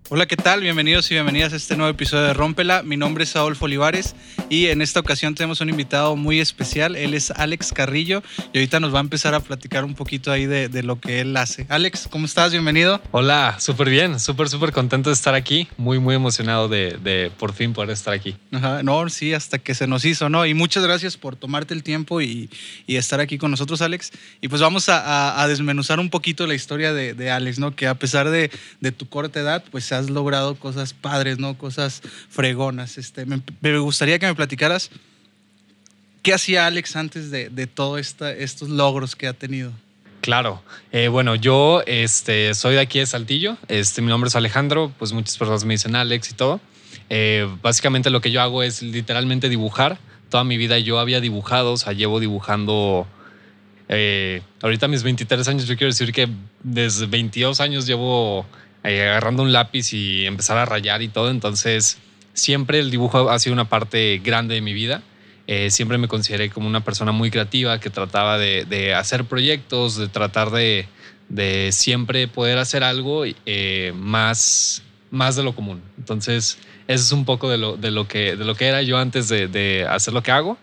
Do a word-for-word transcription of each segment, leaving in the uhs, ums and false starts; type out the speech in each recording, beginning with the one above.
Hola, ¿qué tal? Bienvenidos y bienvenidas a este nuevo episodio de Rómpela. Mi nombre es Adolfo Olivares y en esta ocasión tenemos un invitado muy especial. Él es Alex Carrillo y ahorita nos va a empezar a platicar un poquito ahí de, de lo que él hace. Alex, ¿cómo estás? Bienvenido. Hola, súper bien, súper, súper contento de estar aquí. Muy, muy emocionado de, de por fin poder estar aquí. Ajá, no, sí, hasta que se nos hizo, ¿no? Y muchas gracias por tomarte el tiempo y, y estar aquí con nosotros, Alex. Y pues vamos a, a, a desmenuzar un poquito la historia de, de Alex, ¿no? Que a pesar de, de tu corta edad, pues has logrado cosas padres, ¿no? Cosas fregonas. Este, me, me gustaría que me platicaras qué hacía Alex antes de, de todos estos logros que ha tenido. Claro, eh, bueno, yo este, soy de aquí de Saltillo, este, mi nombre es Alejandro, pues muchas personas me dicen Alex y todo. Eh, básicamente lo que yo hago es literalmente dibujar. Toda mi vida yo había dibujado, o sea, llevo dibujando, eh, ahorita a mis veintitrés años, yo quiero decir que desde veintidós años llevo eh, agarrando un lápiz y empezar a rayar y todo, entonces siempre el dibujo ha sido una parte grande de mi vida. Eh, siempre me consideré como una persona muy creativa que trataba de, de hacer proyectos, de tratar de, de siempre poder hacer algo eh, más, más de lo común. Entonces, eso es un poco de lo, de lo, que, de lo que era yo antes de, de hacer lo que hago.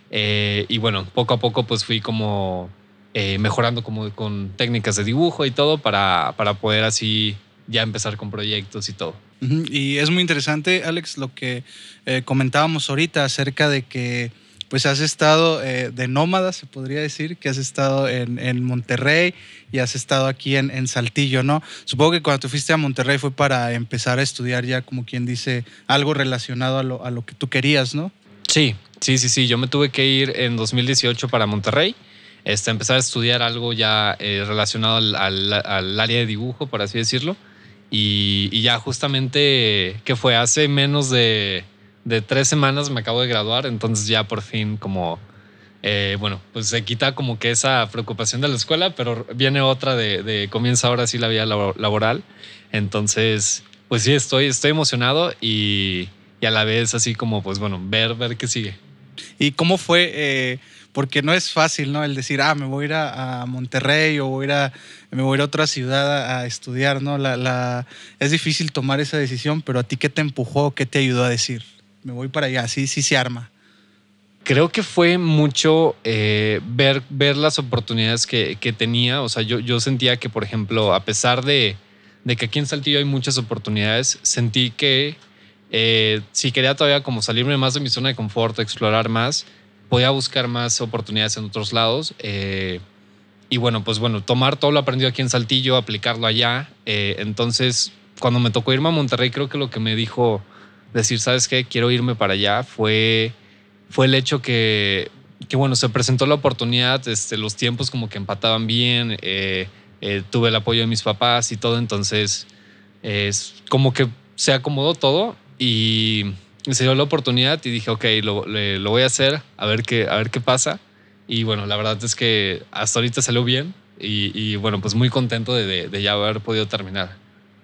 Eh, y bueno, poco a poco pues fui como eh, mejorando como con técnicas de dibujo y todo para, para poder así ya empezar con proyectos y todo. Uh-huh. Y es muy interesante, Alex, lo que eh, comentábamos ahorita acerca de que pues has estado eh, de nómada, se podría decir, que has estado en, en Monterrey y has estado aquí en, en Saltillo, ¿no? Supongo que cuando te fuiste a Monterrey fue para empezar a estudiar ya, como quien dice, algo relacionado a lo, a lo que tú querías, ¿no? Sí, sí, sí, sí. Yo me tuve que ir en dos mil dieciocho para Monterrey. Este, empezar a estudiar algo ya eh, relacionado al, al, al área de dibujo, por así decirlo. Y, y ya justamente, que fue hace menos de, de tres semanas me acabo de graduar, entonces ya por fin como, eh, bueno, pues se quita como que esa preocupación de la escuela, pero viene otra de, de comienza ahora sí la vida laboral. Entonces, pues sí, estoy, estoy emocionado y, y a la vez así como, pues bueno, ver, ver qué sigue. ¿Y cómo fue? Eh, porque no es fácil, ¿no? El decir, ah, me voy a ir a, a Monterrey o voy a ir a, me voy a ir a otra ciudad a, a estudiar, ¿no? La, la, es difícil tomar esa decisión, pero ¿a ti qué te empujó? ¿Qué te ayudó a decir? Me voy para allá, sí, sí se arma. Creo que fue mucho eh, ver, ver las oportunidades que, que tenía. O sea, yo, yo sentía que, por ejemplo, a pesar de, de que aquí en Saltillo hay muchas oportunidades, sentí que eh, si quería todavía como salirme más de mi zona de confort, explorar más, podía buscar más oportunidades en otros lados. Eh, y bueno, pues bueno, tomar todo lo aprendido aquí en Saltillo, aplicarlo allá. Eh, entonces, cuando me tocó irme a Monterrey, creo que lo que me dijo decir, ¿sabes qué? Quiero irme para allá fue... fue el hecho que, que, bueno, se presentó la oportunidad, este, los tiempos como que empataban bien, eh, eh, tuve el apoyo de mis papás y todo, entonces eh, es como que se acomodó todo y se dio la oportunidad y dije, ok, lo, le, lo voy a hacer, a ver qué, a ver qué pasa. Y bueno, la verdad es que hasta ahorita salió bien y, y bueno, pues muy contento de, de, de ya haber podido terminar.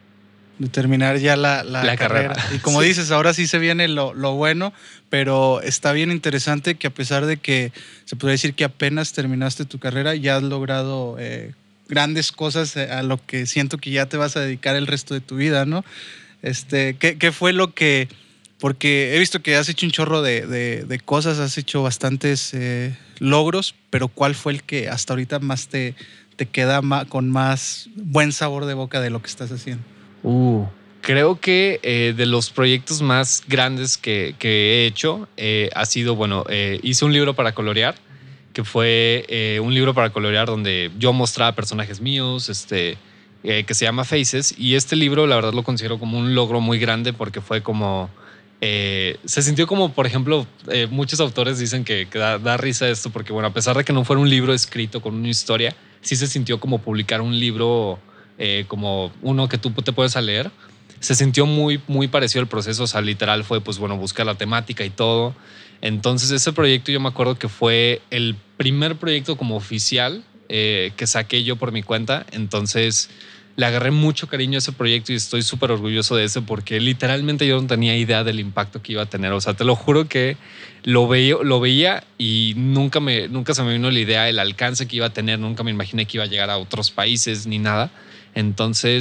De terminar ya la, la, la carrera. carrera. Y como sí. dices, ahora sí se viene lo, lo bueno, pero está bien interesante que a pesar de que se podría decir que apenas terminaste tu carrera, ya has logrado eh, grandes cosas a lo que siento que ya te vas a dedicar el resto de tu vida, ¿no? Este, ¿qué, qué fue lo que...? Porque he visto que has hecho un chorro de, de, de cosas, has hecho bastantes eh, logros, pero ¿cuál fue el que hasta ahorita más te, te queda más, con más buen sabor de boca de lo que estás haciendo? Uh, creo que eh, de los proyectos más grandes que, que he hecho eh, ha sido, bueno, eh, hice un libro para colorear, que fue eh, un libro para colorear donde yo mostraba personajes míos, este, eh, que se llama Faces. Y este libro, la verdad, lo considero como un logro muy grande porque fue como... Eh, se sintió como, por ejemplo, eh, muchos autores dicen que, que da, da risa esto porque, bueno, a pesar de que no fuera un libro escrito con una historia, sí se sintió como publicar un libro eh, como uno que tú te puedes leer. Se sintió muy, muy parecido al proceso. O sea, literal fue, pues bueno, buscar la temática y todo. Entonces, ese proyecto yo me acuerdo que fue el primer proyecto como oficial eh, que saqué yo por mi cuenta. Entonces, le agarré mucho cariño a ese proyecto y estoy súper orgulloso de ese porque literalmente yo no tenía idea del impacto que iba a tener. O sea, te lo juro que lo veía, lo veía y nunca, me, nunca se me vino la idea del alcance que iba a tener. Nunca me imaginé que iba a llegar a otros países ni nada. Entonces,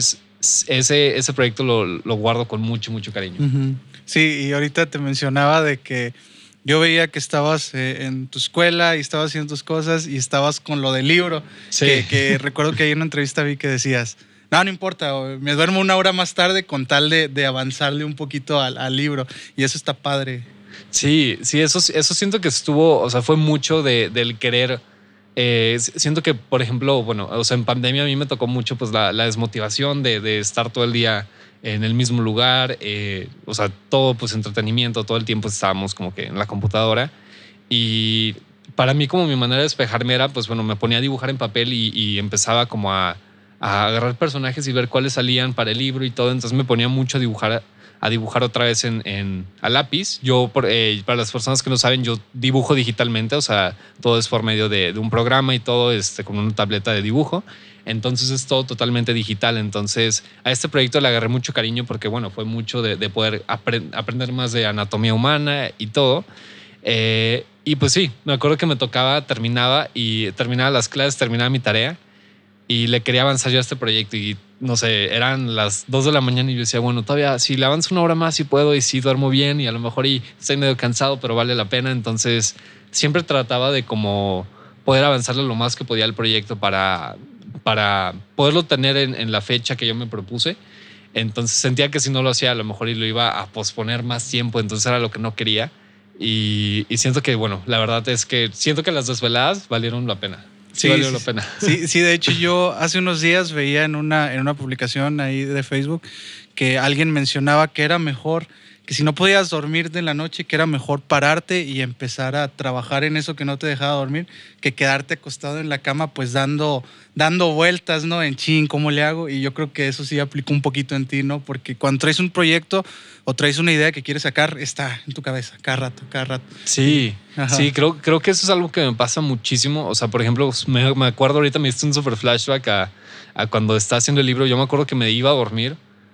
ese, ese proyecto lo, lo guardo con mucho, mucho cariño. Uh-huh. Sí, y ahorita te mencionaba de que yo veía que estabas eh, en tu escuela y estabas haciendo tus cosas y estabas con lo del libro. Sí. Que, que recuerdo que ahí en una entrevista vi que decías, no, no importa, me duermo una hora más tarde con tal de, de avanzarle un poquito al, al libro. Y eso está padre. Sí, sí, eso, eso siento que estuvo, o sea, fue mucho de, del querer. Eh, siento que, por ejemplo, bueno, o sea, en pandemia a mí me tocó mucho pues la, la desmotivación de, de estar todo el día en el mismo lugar, eh, o sea, todo pues entretenimiento, todo el tiempo estábamos como que en la computadora y para mí como mi manera de despejarme era pues bueno, me ponía a dibujar en papel y, y empezaba como a, a agarrar personajes y ver cuáles salían para el libro y todo, entonces me ponía mucho a dibujar a dibujar otra vez en, en a lápiz. Yo, por, eh, para las personas que no saben, yo dibujo digitalmente, o sea, todo es por medio de, de un programa y todo este, con una tableta de dibujo. Entonces es todo totalmente digital. Entonces a este proyecto le agarré mucho cariño porque, bueno, fue mucho de, de poder apre- aprender más de anatomía humana y todo. Eh, y pues sí, me acuerdo que me tocaba, terminaba y terminaba las clases, terminaba mi tarea y le quería avanzar ya a este proyecto y no sé, eran las dos de la mañana y yo decía, bueno, todavía si le avanzo una hora más si puedo y si duermo bien y a lo mejor y estoy medio cansado, pero vale la pena. Entonces siempre trataba de como poder avanzarle lo más que podía al proyecto para, para poderlo tener en, en la fecha que yo me propuse. Entonces sentía que si no lo hacía a lo mejor y lo iba a posponer más tiempo, entonces era lo que no quería. Y, y siento que, bueno, la verdad es que siento que las desveladas valieron la pena. Sí, sí, valió la pena. Sí, sí, de hecho yo hace unos días veía en una, en una publicación ahí de Facebook que alguien mencionaba que era mejor, que si no podías dormir de la noche, que era mejor pararte y empezar a trabajar en eso que no te dejaba dormir, que quedarte acostado en la cama pues dando, dando vueltas, ¿no? En chin, ¿cómo le hago? Y yo creo que eso sí aplicó un poquito en ti, ¿no? Porque cuando traes un proyecto o traes una idea que quieres sacar, está en tu cabeza cada rato, cada rato. Sí, Ajá. sí, creo, creo que eso es algo que me pasa muchísimo. O sea, por ejemplo, me, me acuerdo ahorita, me diste un super flashback a, a cuando estaba haciendo el libro. Yo me acuerdo que me iba a dormir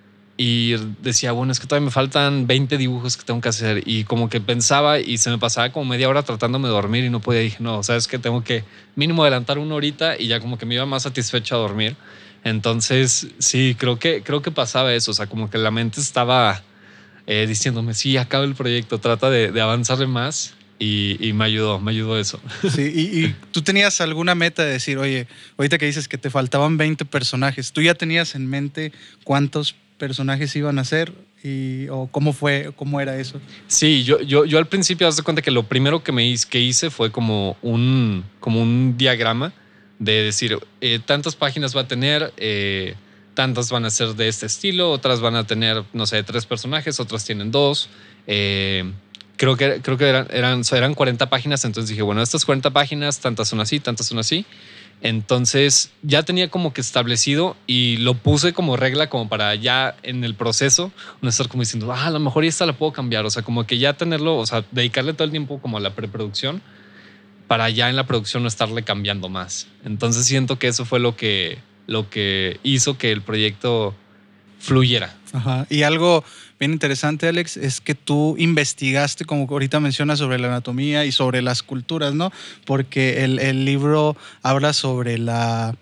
y decía, bueno, es que todavía me faltan veinte dibujos que tengo que hacer. Y como que pensaba y se me pasaba como media hora tratándome de dormir y no podía. Dije, no, sabes que tengo que mínimo adelantar una horita y ya como que me iba más satisfecho a dormir. Entonces, sí, creo que, creo que pasaba eso. O sea, como que la mente estaba eh, diciéndome, sí, acaba el proyecto, trata de, de avanzarle más. Y, y me ayudó, me ayudó eso. Sí, y, y tú tenías alguna meta de decir, oye, ahorita que dices que te faltaban veinte personajes, ¿tú ya tenías en mente cuántos personajes iban a ser y o cómo fue, cómo era eso? Sí, yo, yo, yo al principio haz de cuenta que lo primero que me hice, que hice fue como un, como un diagrama de decir eh, tantas páginas va a tener, eh, tantas van a ser de este estilo, otras van a tener, no sé, tres personajes, otras tienen dos. Eh, creo que, creo que eran, eran, eran cuarenta páginas, entonces dije, bueno, estas cuarenta páginas, tantas son así, tantas son así. Entonces ya tenía como que establecido y lo puse como regla como para ya en el proceso no estar como diciendo, ah, a lo mejor esta la puedo cambiar. O sea, como que ya tenerlo, o sea, dedicarle todo el tiempo como a la preproducción para ya en la producción no estarle cambiando más. Entonces siento que eso fue lo que, lo que hizo que el proyecto fluyera. Ajá. Y algo bien interesante, Alex, es que tú investigaste, como ahorita mencionas, sobre la anatomía y sobre las culturas, ¿no? Porque el, el libro habla sobre la,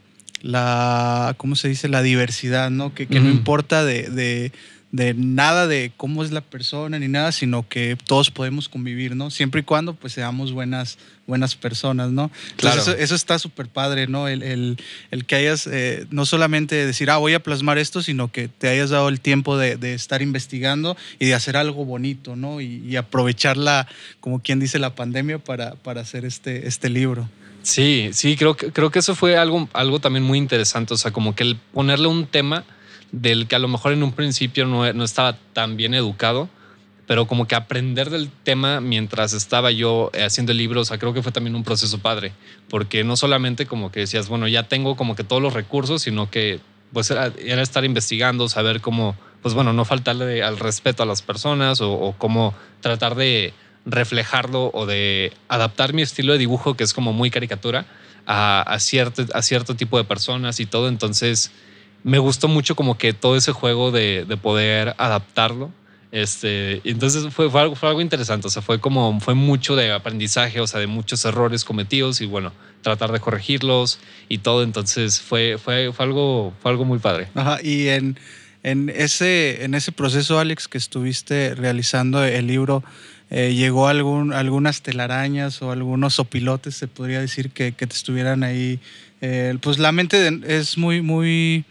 la, ¿cómo se dice? La diversidad, ¿no? Que, que mm. no importa de, de, de nada de cómo es la persona ni nada, sino que todos podemos convivir, ¿no? Siempre y cuando pues seamos buenas, buenas personas, ¿no? Entonces claro. eso, eso está súper padre, ¿no? El, el, el que hayas, eh, no solamente decir, ah, voy a plasmar esto, sino que te hayas dado el tiempo de, de estar investigando y de hacer algo bonito, ¿no? Y, y aprovecharla, como quien dice, la pandemia para, para hacer este, este libro. Sí, sí, creo que, creo que eso fue algo, algo también muy interesante, o sea, como que el ponerle un tema del que a lo mejor en un principio no, no estaba tan bien educado, pero como que aprender del tema mientras estaba yo haciendo el libro, o sea, creo que fue también un proceso padre, porque no solamente como que decías, bueno, ya tengo como que todos los recursos, sino que pues era, era estar investigando, saber cómo, pues bueno, no faltarle al respeto a las personas o, o cómo tratar de reflejarlo o de adaptar mi estilo de dibujo, que es como muy caricatura, a, a, cierto, a cierto tipo de personas y todo, entonces me gustó mucho como que todo ese juego de, de poder adaptarlo Este, entonces fue, fue, algo, fue algo interesante, o sea, fue como, fue mucho de aprendizaje, o sea, de muchos errores cometidos y bueno, tratar de corregirlos y todo, entonces fue, fue, fue, algo, fue algo muy padre. Ajá, y en, en, ese, en ese proceso, Alex, que estuviste realizando el libro, eh, ¿llegó algún, algunas telarañas o algunos opilotes, se podría decir, que, que te estuvieran ahí? Eh, pues la mente de, es muy, muy...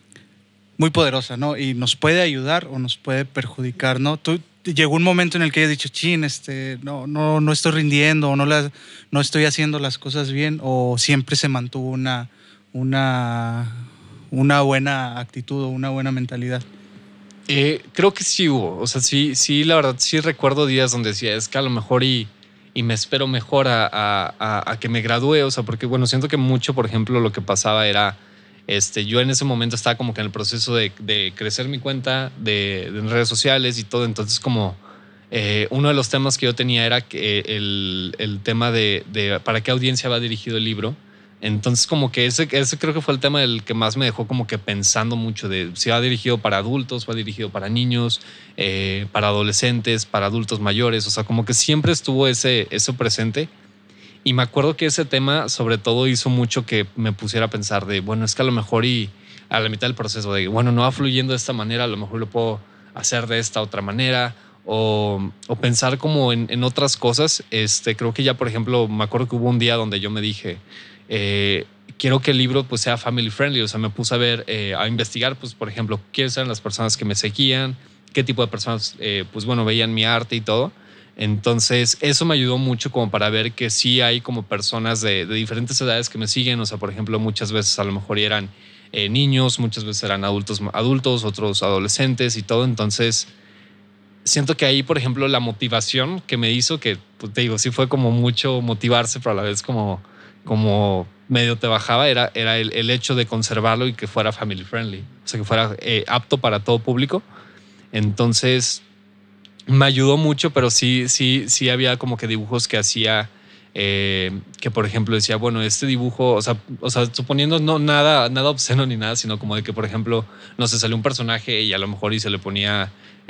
muy poderosa, ¿no? Y nos puede ayudar o nos puede perjudicar, ¿no? Tú, llegó un momento en el que hayas dicho, chin, este, no, no, no estoy rindiendo, o no, la, no estoy haciendo las cosas bien, o siempre se mantuvo una, una, una buena actitud o una buena mentalidad. Eh, creo que sí hubo, o sea, sí, sí, la verdad, sí recuerdo días donde decía, es que a lo mejor y, y me espero mejor a, a, a, a que me gradúe, o sea, porque bueno, siento que mucho, por ejemplo, lo que pasaba era... Este, yo en ese momento estaba como que en el proceso de, de crecer mi cuenta de, de redes sociales y todo. Entonces, como eh, uno de los temas que yo tenía era que el, el tema de, de para qué audiencia va dirigido el libro. Entonces, como que ese, ese creo que fue el tema del que más me dejó como que pensando mucho de si va dirigido para adultos, va dirigido para niños, eh, para adolescentes, para adultos mayores. O sea, como que siempre estuvo ese, eso presente. Y me acuerdo que ese tema sobre todo hizo mucho que me pusiera a pensar de, bueno, es que a lo mejor y a la mitad del proceso de, bueno, no va fluyendo de esta manera, a lo mejor lo puedo hacer de esta otra manera o, o pensar como en, en otras cosas. Este, creo que ya, por ejemplo, me acuerdo que hubo un día donde yo me dije, eh, quiero que el libro pues sea family friendly. O sea, me puse a ver, eh, a investigar, pues, por ejemplo, quiénes eran las personas que me seguían, qué tipo de personas, eh, pues, bueno, veían mi arte y todo. Entonces eso me ayudó mucho como para ver que sí hay como personas de, de diferentes edades que me siguen. O sea, por ejemplo, muchas veces a lo mejor eran eh, niños, muchas veces eran adultos, adultos, otros adolescentes y todo. Entonces siento que ahí, por ejemplo, la motivación que me hizo, que pues, te digo, sí fue como mucho motivarse, pero a la vez como, como medio te bajaba, era, era el, el hecho de conservarlo y que fuera family friendly, o sea, que fuera eh, apto para todo público. Entonces me ayudó mucho, pero sí, sí, sí había como que dibujos que hacía, eh, que por ejemplo decía, bueno, este dibujo, o sea, o sea, suponiendo no nada, nada obsceno ni nada, sino como de que, por ejemplo, no sé, salió un personaje y a lo mejor y se le ponía,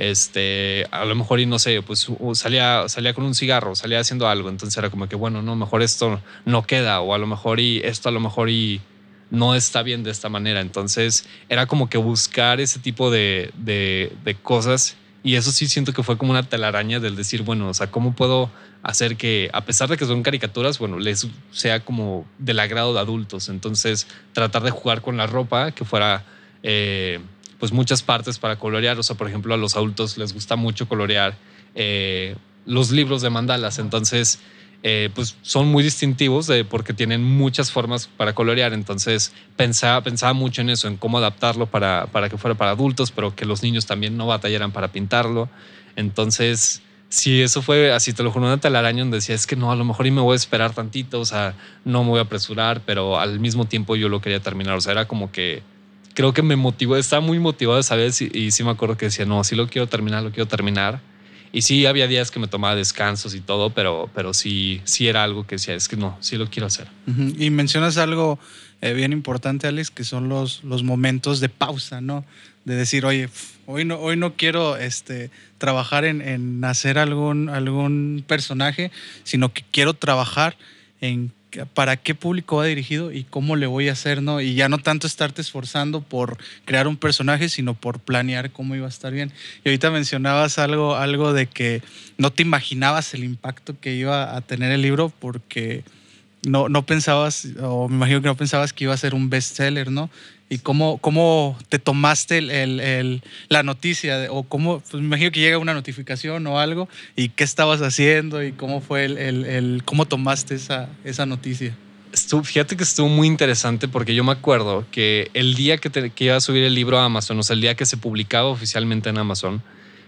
este, a lo mejor y no sé, pues salía, salía con un cigarro, salía haciendo algo, entonces era como que, bueno, no, mejor esto no queda, o a lo mejor y esto a lo mejor y no está bien de esta manera. Entonces era como que buscar ese tipo de, de, de cosas. Y eso sí siento que fue como una telaraña del decir, bueno, o sea, ¿cómo puedo hacer que, a pesar de que son caricaturas, bueno, les sea como del agrado de adultos? Entonces, tratar de jugar con la ropa, que fuera, eh, pues, muchas partes para colorear. O sea, por ejemplo, a los adultos les gusta mucho colorear eh, los libros de mandalas. Entonces, eh, pues, son muy distintivos de, porque tienen muchas formas para colorear. Entonces, pensaba, pensaba mucho en eso, en cómo adaptarlo para, para que fuera para adultos, pero que los niños también no batallaran para pintarlo. Entonces, sí, eso fue así, te lo juro, una telaraña donde decía, es que no, a lo mejor y me voy a esperar tantito, o sea, no me voy a apresurar, pero al mismo tiempo yo lo quería terminar. O sea, era como que creo que me motivó, estaba muy motivado esa vez y, y sí me acuerdo que decía, no, sí lo quiero terminar, lo quiero terminar. Y sí, había días que me tomaba descansos y todo, pero, pero sí, sí era algo que decía, es que no, sí lo quiero hacer. Uh-huh. Y mencionas algo eh, bien importante, Alex, que son los, los momentos de pausa, ¿no? De decir, oye, hoy no, hoy no quiero este, trabajar en, en hacer algún, algún personaje, sino que quiero trabajar en para qué público va dirigido y cómo le voy a hacer, ¿no? Y ya no tanto estarte esforzando por crear un personaje, sino por planear cómo iba a estar bien. Y ahorita mencionabas algo, algo de que no te imaginabas el impacto que iba a tener el libro porque no, no pensabas, o me imagino que no pensabas que iba a ser un bestseller, ¿no? ¿Y cómo, cómo te tomaste el, el, el, la noticia? O cómo, pues me imagino que llega una notificación o algo, y qué estabas haciendo y cómo fue el, el, el cómo tomaste esa, esa noticia. Estuvo, fíjate que estuvo muy interesante porque yo me acuerdo que el día que, te, que iba a subir el libro a Amazon, o sea, el día que se publicaba oficialmente en Amazon,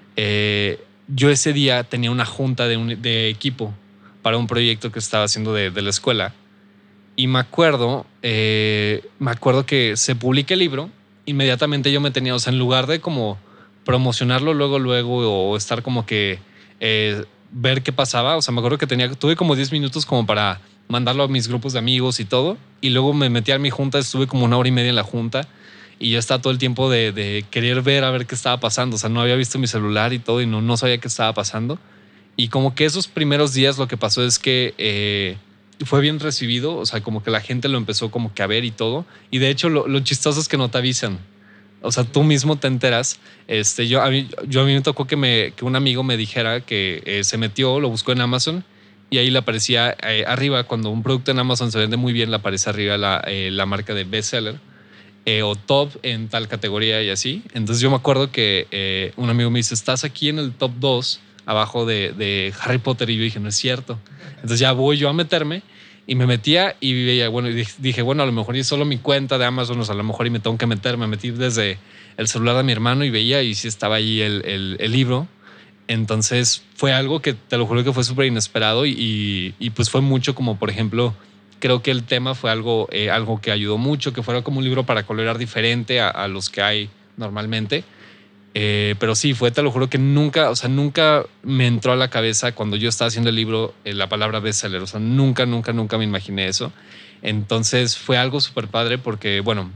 eh, yo ese día tenía una junta de, un, de equipo para un proyecto que estaba haciendo de, de la escuela. Y me acuerdo, eh, me acuerdo que se publica el libro, inmediatamente yo me tenía, o sea, en lugar de como promocionarlo luego, luego, o estar como que eh, ver qué pasaba, o sea, me acuerdo que tenía, tuve como diez minutos como para mandarlo a mis grupos de amigos y todo, y luego me metí a mi junta, estuve como una hora y media en la junta, y yo estaba todo el tiempo de, de querer ver a ver qué estaba pasando. O sea, no había visto mi celular y todo y no, no sabía qué estaba pasando. Y como que esos primeros días lo que pasó es que eh, fue bien recibido. O sea, como que la gente lo empezó como que a ver y todo. Y de hecho lo, lo chistoso es que no te avisan. O sea, tú mismo te enteras. Este, yo, a mí, yo a mí me tocó que, me, que un amigo me dijera que eh, se metió, lo buscó en Amazon y ahí le aparecía eh, arriba, cuando un producto en Amazon se vende muy bien, le aparece arriba la, eh, la marca de bestseller eh, o top en tal categoría y así. Entonces yo me acuerdo que eh, un amigo me dice, estás aquí en el top dos abajo de, de Harry Potter, y yo dije, no es cierto. Entonces ya voy yo a meterme y me metía y veía, bueno, y dije, bueno, a lo mejor es solo mi cuenta de Amazon, o sea, a lo mejor y me tengo que meter. Me metí desde el celular de mi hermano y veía y sí estaba ahí el, el, el libro. Entonces fue algo que te lo juro que fue súper inesperado y, y, y pues fue mucho como, por ejemplo, creo que el tema fue algo, eh, algo que ayudó mucho, que fuera como un libro para colorear diferente a, a los que hay normalmente. Eh, pero sí, fue, te lo juro que nunca, o sea, nunca me entró a la cabeza cuando yo estaba haciendo el libro eh, la palabra bestseller. O sea, nunca, nunca, nunca me imaginé eso. Entonces fue algo súper padre porque, bueno,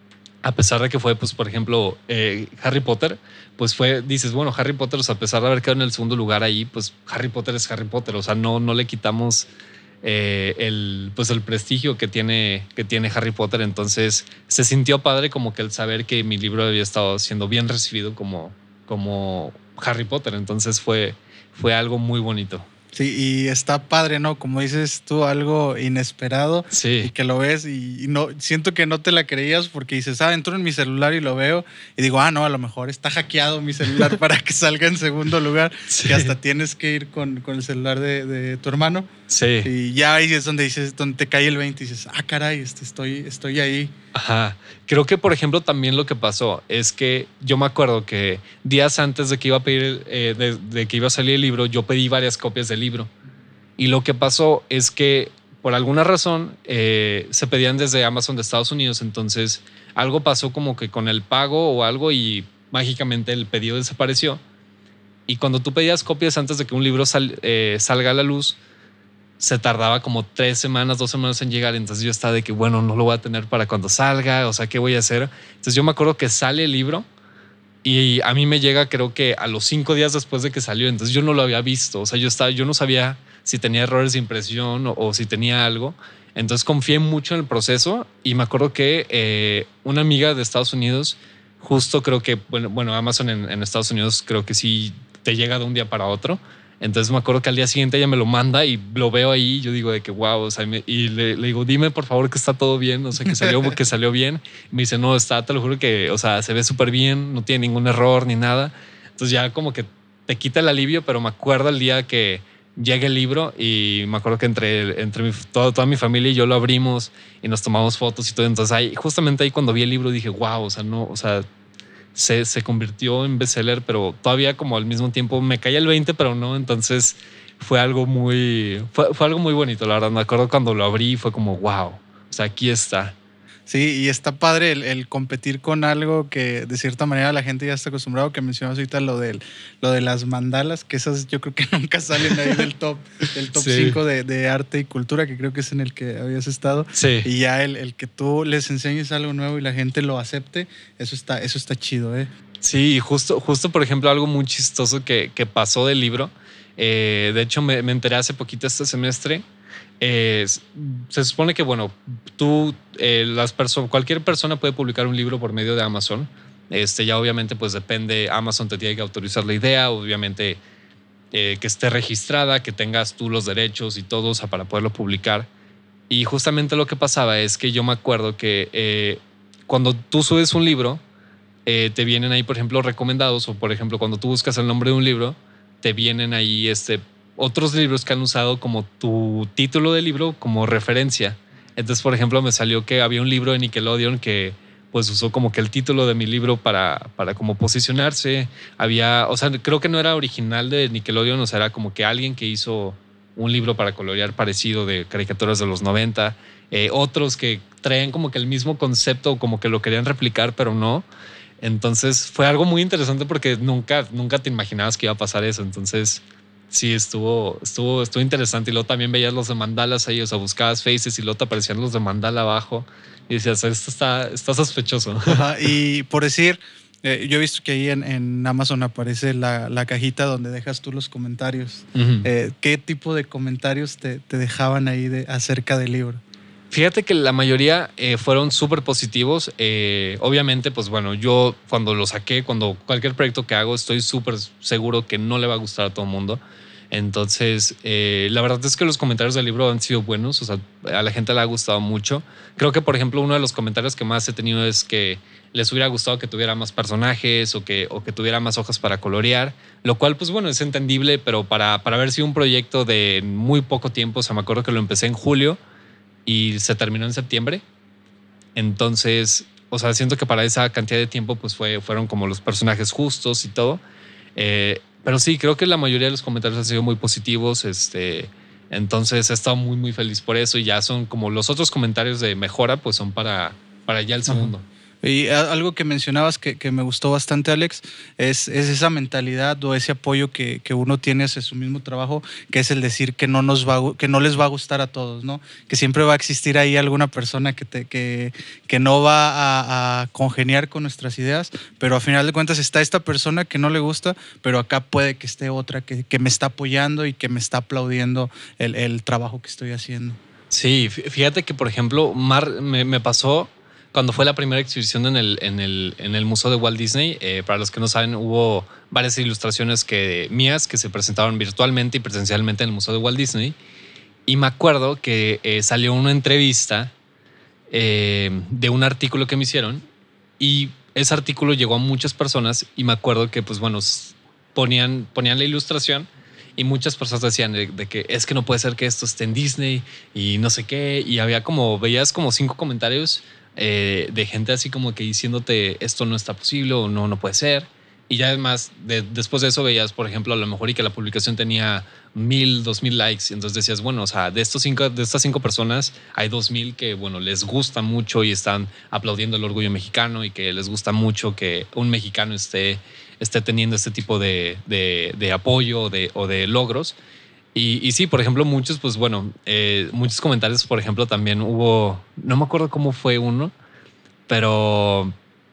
a pesar de que fue, pues, por ejemplo, eh, Harry Potter, pues fue, dices, bueno, Harry Potter, o sea, a pesar de haber quedado en el segundo lugar ahí, pues Harry Potter es Harry Potter. O sea, no, no le quitamos eh, el, pues el prestigio que tiene, que tiene Harry Potter. Entonces se sintió padre como que el saber que mi libro había estado siendo bien recibido como, como Harry Potter. Entonces fue, fue algo muy bonito. Sí, y está padre, ¿no? Como dices tú, algo inesperado. Sí. Y que lo ves y, y no siento que no te la creías porque dices, ah, entro en mi celular y lo veo y digo, ah, no, a lo mejor está hackeado mi celular para que salga en segundo lugar. Sí. Que hasta tienes que ir con, con el celular de, de tu hermano. Sí. Y ya ahí es donde dices, donde te cae el veinte y dices, ah, caray, este, estoy, estoy ahí. Ajá. Creo que, por ejemplo, también lo que pasó es que yo me acuerdo que días antes de que iba a pedir, eh, de, de que iba a salir el libro, yo pedí varias copias del libro. Y lo que pasó es que, por alguna razón, eh, se pedían desde Amazon de Estados Unidos. Entonces, algo pasó como que con el pago o algo y mágicamente el pedido desapareció. Y cuando tú pedías copias antes de que un libro sal, eh, salga a la luz, se tardaba como tres semanas, dos semanas en llegar. Entonces yo estaba de que, bueno, no lo voy a tener para cuando salga. O sea, ¿qué voy a hacer? Entonces yo me acuerdo que sale el libro y a mí me llega, creo que a los cinco días después de que salió. Entonces yo no lo había visto. O sea, yo, estaba, yo no sabía si tenía errores de impresión o, o si tenía algo. Entonces confié mucho en el proceso y me acuerdo que eh, una amiga de Estados Unidos, justo creo que, bueno, bueno Amazon en, en Estados Unidos creo que sí te llega de un día para otro. Entonces me acuerdo que al día siguiente ella me lo manda y lo veo ahí y yo digo de que wow, o sea, me, y le, le digo, dime por favor que está todo bien, o sea, que salió, que salió bien. Y me dice, no, está, te lo juro que, o sea, se ve súper bien, no tiene ningún error ni nada. Entonces ya como que te quita el alivio, pero me acuerdo el día que llega el libro y me acuerdo que entre, entre mi, toda, toda mi familia y yo lo abrimos y nos tomamos fotos y todo. Entonces ahí, justamente ahí cuando vi el libro dije, wow, o sea, no, o sea, Se, se convirtió en bestseller, pero todavía como al mismo tiempo me caía el veinte, pero no. Entonces fue algo muy, fue, fue algo muy bonito, la verdad. Me acuerdo cuando lo abrí fue como wow, o sea, aquí está. Sí, y está padre el, el competir con algo que de cierta manera la gente ya está acostumbrado, que mencionas ahorita lo, del, lo de las mandalas, que esas yo creo que nunca salen ahí del top del top cinco sí. de, de arte y cultura, que creo que es en el que habías estado. Sí. Y ya el, el que tú les enseñes algo nuevo y la gente lo acepte, eso está, eso está chido, ¿eh? Sí, justo, justo por ejemplo, algo muy chistoso que, que pasó del libro. Eh, de hecho, me, me enteré hace poquito este semestre. Eh, se supone que, bueno, tú, eh, las personas, cualquier persona puede publicar un libro por medio de Amazon. Este, ya obviamente, pues depende, Amazon te tiene que autorizar la idea, obviamente eh, que esté registrada, que tengas tú los derechos y todo, o sea, para poderlo publicar. Y justamente lo que pasaba es que yo me acuerdo que eh, cuando tú subes un libro, eh, te vienen ahí, por ejemplo, recomendados, o por ejemplo, cuando tú buscas el nombre de un libro, te vienen ahí este. otros libros que han usado como tu título de libro como referencia. Entonces, por ejemplo, me salió que había un libro de Nickelodeon que pues usó como que el título de mi libro para, para como posicionarse. Había, o sea, creo que no era original de Nickelodeon, o sea, era como que alguien que hizo un libro para colorear parecido de caricaturas de los noventa. Eh, otros que traían como que el mismo concepto, como que lo querían replicar, pero no. Entonces fue algo muy interesante porque nunca, nunca te imaginabas que iba a pasar eso. Entonces Sí, estuvo, estuvo, estuvo interesante. Y luego también veías los de mandalas ahí, o sea, buscabas faces y luego te aparecían los de mandala abajo. Y decías, esto está, está sospechoso. Ajá, y por decir, eh, yo he visto que ahí en, en Amazon aparece la, la cajita donde dejas tú los comentarios. Ujú. Eh, ¿Qué tipo de comentarios te, te dejaban ahí de, acerca del libro? Fíjate que la mayoría eh, fueron súper positivos. Eh, obviamente, pues bueno, yo cuando lo saqué, cuando cualquier proyecto que hago, estoy súper seguro que no le va a gustar a todo el mundo. Entonces, eh, la verdad es que los comentarios del libro han sido buenos, o sea, a la gente le ha gustado mucho. Creo que, por ejemplo, uno de los comentarios que más he tenido es que les hubiera gustado que tuviera más personajes o que, o que tuviera más hojas para colorear, lo cual, pues bueno, es entendible, pero para, para haber sido un proyecto de muy poco tiempo, o sea, me acuerdo que lo empecé en julio y se terminó en septiembre. Entonces, o sea, siento que para esa cantidad de tiempo, pues fue, fueron como los personajes justos y todo. Eh, pero sí, creo que la mayoría de los comentarios han sido muy positivos. Este, entonces he estado muy, muy feliz por eso. Y ya son como los otros comentarios de mejora, pues son para, para ya el segundo. Ajá. Y algo que mencionabas que, que me gustó bastante, Alex, es, es esa mentalidad o ese apoyo que, que uno tiene hacia su mismo trabajo, que es el decir que no, nos va, que no les va a gustar a todos, ¿no? Que siempre va a existir ahí alguna persona que, te, que, que no va a, a congeniar con nuestras ideas, pero a final de cuentas está esta persona que no le gusta, pero acá puede que esté otra que, que me está apoyando y que me está aplaudiendo el, el trabajo que estoy haciendo. Sí, fíjate que, por ejemplo, Mar, me, me pasó cuando fue la primera exhibición en el, en el, en el Museo de Walt Disney. Eh, para los que no saben, hubo varias ilustraciones que, mías que se presentaron virtualmente y presencialmente en el Museo de Walt Disney. Y me acuerdo que eh, salió una entrevista eh, de un artículo que me hicieron y ese artículo llegó a muchas personas y me acuerdo que, pues bueno, ponían, ponían la ilustración y muchas personas decían de, de que es que no puede ser que esto esté en Disney y no sé qué. Y había como, veías como cinco comentarios eh, de gente así como que diciéndote esto no está posible o no, no puede ser. Y ya además, de, después de eso veías, por ejemplo, a lo mejor y que la publicación tenía mil, dos mil likes. Y entonces decías, bueno, o sea, de, estos cinco, de estas cinco personas hay dos mil que, bueno, les gusta mucho y están aplaudiendo el orgullo mexicano y que les gusta mucho que un mexicano esté, esté teniendo este tipo de, de, de apoyo o de, o de logros. Y, y sí, por ejemplo, muchos, pues bueno, eh, muchos comentarios, por ejemplo, también hubo, no me acuerdo cómo fue uno, pero...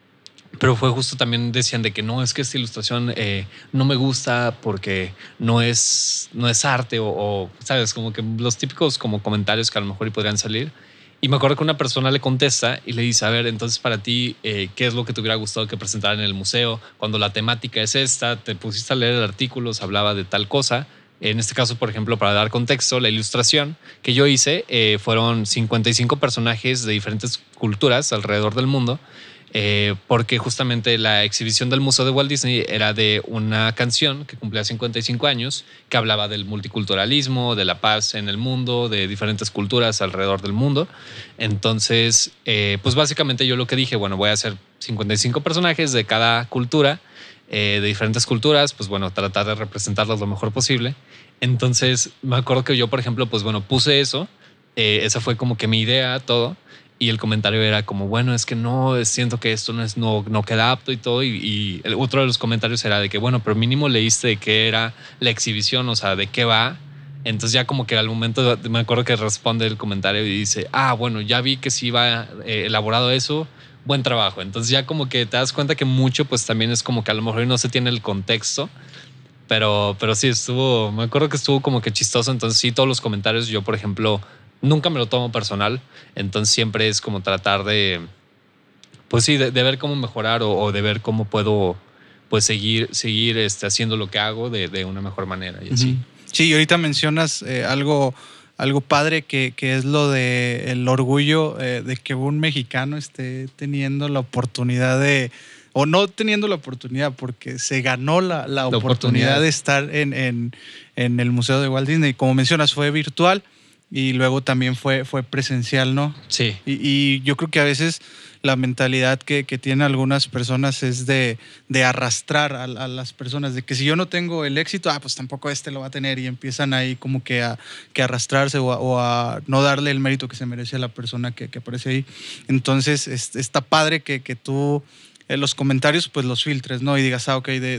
Pero fue justo también decían de que no, es que esta ilustración eh, no me gusta porque no es, no es arte o, o, sabes, como que los típicos como comentarios que a lo mejor podrían salir. Y me acuerdo que una persona le contesta y le dice, a ver, entonces para ti, eh, ¿qué es lo que te hubiera gustado que presentaran en el museo? Cuando la temática es esta, te pusiste a leer el artículo, se hablaba de tal cosa. En este caso, por ejemplo, para dar contexto, la ilustración que yo hice eh, fueron cincuenta y cinco personajes de diferentes culturas alrededor del mundo. Eh, porque justamente la exhibición del Museo de Walt Disney era de una canción que cumplía cincuenta y cinco años, que hablaba del multiculturalismo, de la paz en el mundo, de diferentes culturas alrededor del mundo. Entonces, eh, pues básicamente yo lo que dije, bueno, voy a hacer cincuenta y cinco personajes de cada cultura, eh, de diferentes culturas, pues bueno, tratar de representarlos lo mejor posible. Entonces, me acuerdo que yo, por ejemplo, pues bueno, puse eso, eh, esa fue como que mi idea, todo. Y el comentario era como, bueno, es que no, siento que esto no, es, no, no queda apto y todo. Y, y el otro de los comentarios era de que, bueno, pero mínimo leíste de qué era la exhibición, o sea, de qué va. Entonces ya como que al momento me acuerdo que responde el comentario y dice, ah, bueno, ya vi que sí iba eh, elaborado eso, buen trabajo. Entonces ya como que te das cuenta que mucho pues también es como que a lo mejor no se tiene el contexto. Pero, pero sí, estuvo, me acuerdo que estuvo como que chistoso. Entonces sí, todos los comentarios yo, por ejemplo, nunca me lo tomo personal. Entonces siempre es como tratar de, pues sí, de, de ver cómo mejorar o, o de ver cómo puedo pues seguir, seguir este, haciendo lo que hago de, de una mejor manera y así. Sí, y ahorita mencionas eh, algo, algo padre que, que es lo de el orgullo eh, de que un mexicano esté teniendo la oportunidad de, o no teniendo la oportunidad, porque se ganó la, la, la oportunidad, oportunidad de estar en, en, en el Museo de Walt Disney. Como mencionas, fue virtual y luego también fue, fue presencial, ¿no? Sí. Y, y yo creo que a veces la mentalidad que, que tienen algunas personas es de, de arrastrar a, a las personas, de que si yo no tengo el éxito, ah, pues tampoco este lo va a tener, y empiezan ahí como que a que arrastrarse o a, o a no darle el mérito que se merece a la persona que, que aparece ahí. Entonces es, está padre que, que tú en los comentarios pues los filtres, ¿no? Y digas, ah, ok, de, de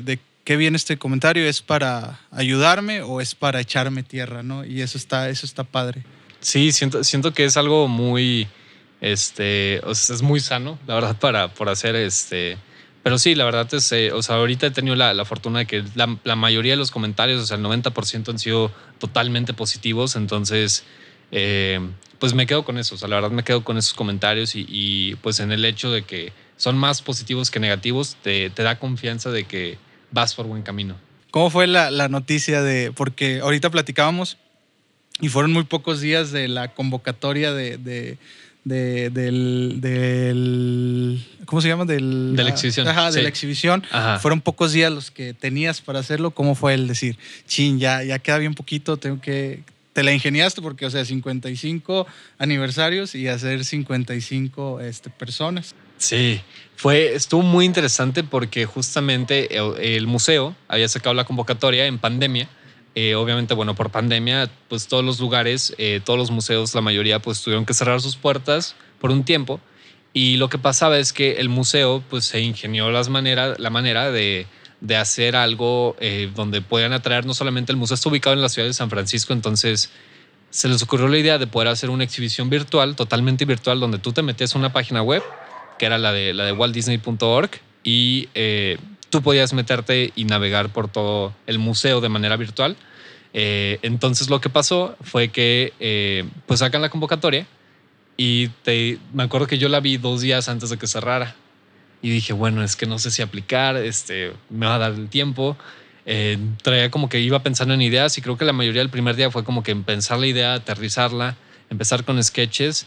qué viene este comentario, ¿es para ayudarme o es para echarme tierra, ¿no? Y eso está, eso está padre. Sí, siento, siento que es algo muy, este, o sea, es muy sano, la verdad, para, por hacer este. Pero sí, la verdad es, eh, o sea, ahorita he tenido la, la fortuna de que la, la mayoría de los comentarios, o sea, el noventa por ciento han sido totalmente positivos, entonces, eh, pues me quedo con eso, o sea, la verdad me quedo con esos comentarios y, y pues en el hecho de que son más positivos que negativos, te, te da confianza de que vas por buen camino. ¿Cómo fue la, la noticia de, porque ahorita platicábamos y fueron muy pocos días de la convocatoria de, de, de del, del, ¿cómo se llama? Del, de la exhibición. Ajá, de sí. la exhibición. Ajá. Fueron pocos días los que tenías para hacerlo. ¿Cómo fue el decir, chin, ya, ya queda bien poquito, tengo que... Te la ingeniaste porque, o sea, cincuenta y cinco aniversarios y hacer cincuenta y cinco este, personas. Sí, fue, estuvo muy interesante porque justamente el, el museo había sacado la convocatoria en pandemia. Eh, obviamente, bueno, por pandemia, pues todos los lugares, eh, todos los museos, la mayoría, pues tuvieron que cerrar sus puertas por un tiempo. Y lo que pasaba es que el museo, pues se ingenió las maneras, la manera de, de hacer algo eh, donde puedan atraer no solamente el museo, está ubicado en la ciudad de San Francisco, entonces se les ocurrió la idea de poder hacer una exhibición virtual, totalmente virtual, donde tú te metías a una página web, que era la de, la de walt disney punto org, y eh, tú podías meterte y navegar por todo el museo de manera virtual. Eh, entonces lo que pasó fue que eh, pues sacan la convocatoria y te, me acuerdo que yo la vi dos días antes de que cerrara y dije, bueno, es que no sé si aplicar, este, me va a dar el tiempo. Eh, traía como que iba pensando en ideas y creo que la mayoría del primer día fue como que pensar la idea, aterrizarla, empezar con sketches.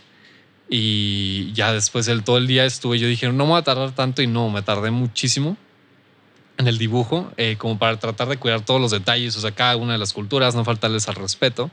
Y ya después del todo el día estuve, yo dije, no me voy a tardar tanto y no, me tardé muchísimo en el dibujo, eh, como para tratar de cuidar todos los detalles, o sea, cada una de las culturas, no faltarles al respeto.